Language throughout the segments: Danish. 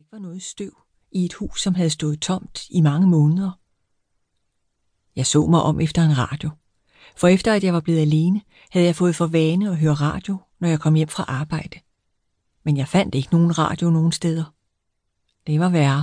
ikke var noget støv i et hus, som havde stået tomt i mange måneder. Jeg så mig om efter en radio, for efter at jeg var blevet alene, havde jeg fået for vane at høre radio, når jeg kom hjem fra arbejde. Men jeg fandt ikke nogen radio nogen steder. Det var værre.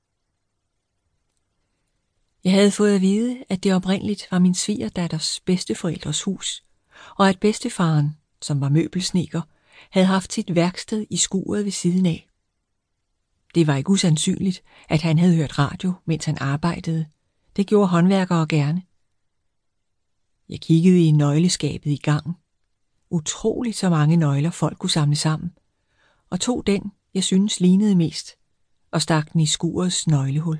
Jeg havde fået at vide, at det oprindeligt var min svigerdatters bedsteforældres hus, og at bedstefaren, som var møbelsnedker, havde haft sit værksted i skuret ved siden af. Det var ikke usandsynligt, at han havde hørt radio, mens han arbejdede. Det gjorde håndværkere gerne. Jeg kiggede i nøgleskabet i gangen. Utroligt så mange nøgler folk kunne samle sammen, og tog den, jeg synes lignede mest, og stak den i skurets nøglehul.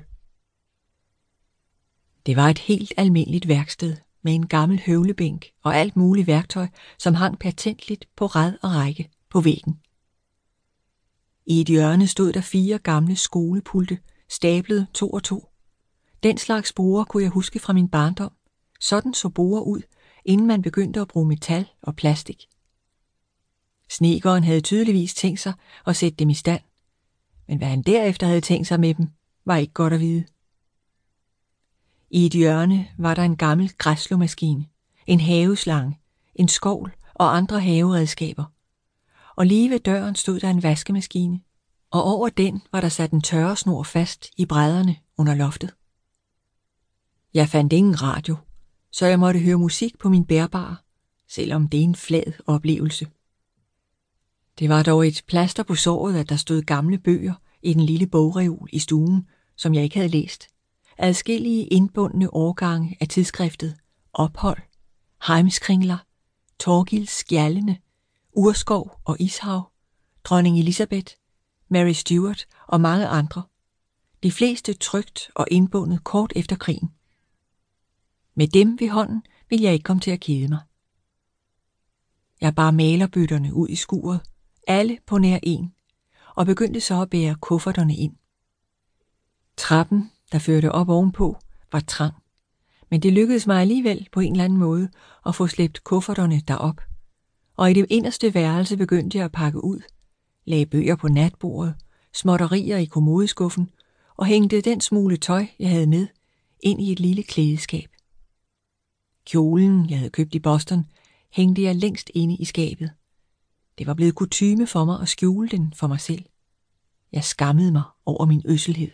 Det var et helt almindeligt værksted med en gammel høvlebænk og alt muligt værktøj, som hang patentligt på rad og række på væggen. I et hjørne stod der 4 gamle skolepulte, stablet 2 og 2. Den slags borer kunne jeg huske fra min barndom. Sådan så borer ud, inden man begyndte at bruge metal og plastik. Snedkeren havde tydeligvis tænkt sig at sætte dem i stand, men hvad han derefter havde tænkt sig med dem, var ikke godt at vide. I et hjørne var der en gammel græsslåmaskine, en haveslange, en skovl og andre haveredskaber. Og lige ved døren stod der en vaskemaskine, og over den var der sat en tørresnor fast i brædderne under loftet. Jeg fandt ingen radio, så jeg måtte høre musik på min bærbare, selvom det er en flad oplevelse. Det var dog et plaster på såret, at der stod gamle bøger i den lille bogreol i stuen, som jeg ikke havde læst. Adskillige indbundne årgange af tidsskriftet Ophold, Heimskringler, Torgils Skjaldene, Urskov og Ishav, Dronning Elizabeth, Mary Stuart og mange andre. De fleste trykt og indbundet kort efter krigen. Med dem ved hånden ville jeg ikke komme til at kede mig. Jeg bar malerbøtterne ud i skuret, alle på nær en, og begyndte så at bære kufferterne ind. Trappen, der førte op ovenpå, var trang, men det lykkedes mig alligevel på en eller anden måde at få slæbt kufferterne derop, og i det inderste værelse begyndte jeg at pakke ud, lagde bøger på natbordet, småtterier i kommodeskuffen og hængte den smule tøj, jeg havde med, ind i et lille klædeskab. Kjolen, jeg havde købt i Boston, hængte jeg længst inde i skabet. Det var blevet kutyme for mig at skjule den for mig selv. Jeg skammede mig over min ødselhed.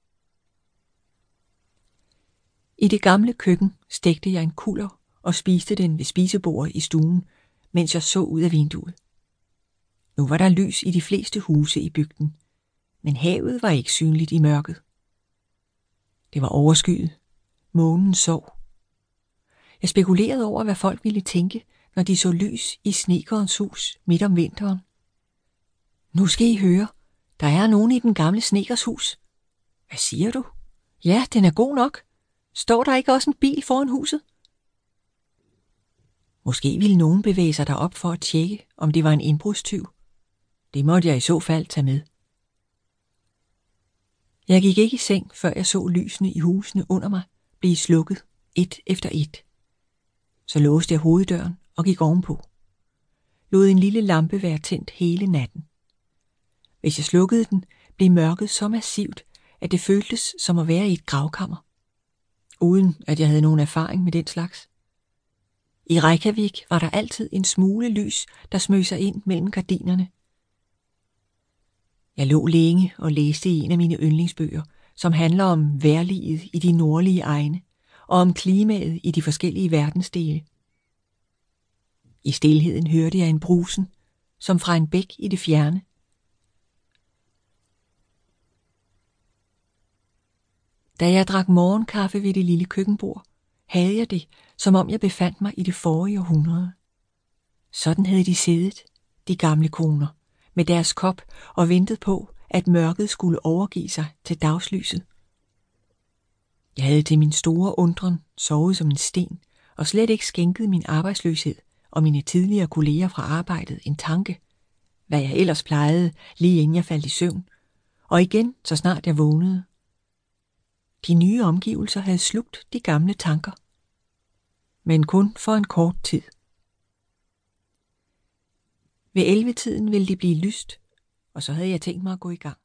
I det gamle køkken stegte jeg en kulder og spiste den ved spisebordet i stuen, mens jeg så ud af vinduet. Nu var der lys i de fleste huse i bygden, men havet var ikke synligt i mørket. Det var overskyet. Månen sov. Jeg spekulerede over, hvad folk ville tænke, når de så lys i snedkerens hus midt om vinteren. Nu skal I høre, der er nogen i den gamle snedkers hus. Hvad siger du? Ja, den er god nok. Står der ikke også en bil foran huset? Måske ville nogen bevæge sig derop for at tjekke, om det var en indbrudstyv. Det måtte jeg i så fald tage med. Jeg gik ikke i seng, før jeg så lysene i husene under mig blive slukket, et efter et. Så låste jeg hoveddøren og gik ovenpå. Lod en lille lampe være tændt hele natten. Hvis jeg slukkede den, blev mørket så massivt, at det føltes som at være i et gravkammer. Uden at jeg havde nogen erfaring med den slags. I Reykjavik var der altid en smule lys, der smøg sig ind mellem gardinerne. Jeg lå længe og læste i en af mine yndlingsbøger, som handler om vejrliget i de nordlige egne og om klimaet i de forskellige verdensdele. I stilheden hørte jeg en brusen, som fra en bæk i det fjerne. Da jeg drak morgenkaffe ved det lille køkkenbord, havde jeg det, som om jeg befandt mig i det forrige århundrede. Sådan havde de siddet, de gamle koner, med deres kop og ventet på, at mørket skulle overgive sig til dagslyset. Jeg havde til min store undren sovet som en sten og slet ikke skænket min arbejdsløshed og mine tidligere kolleger fra arbejdet en tanke, hvad jeg ellers plejede lige inden jeg faldt i søvn, og igen så snart jeg vågnede. De nye omgivelser havde slugt de gamle tanker, men kun for en kort tid. Ved 11-tiden ville det blive lyst, og så havde jeg tænkt mig at gå i gang.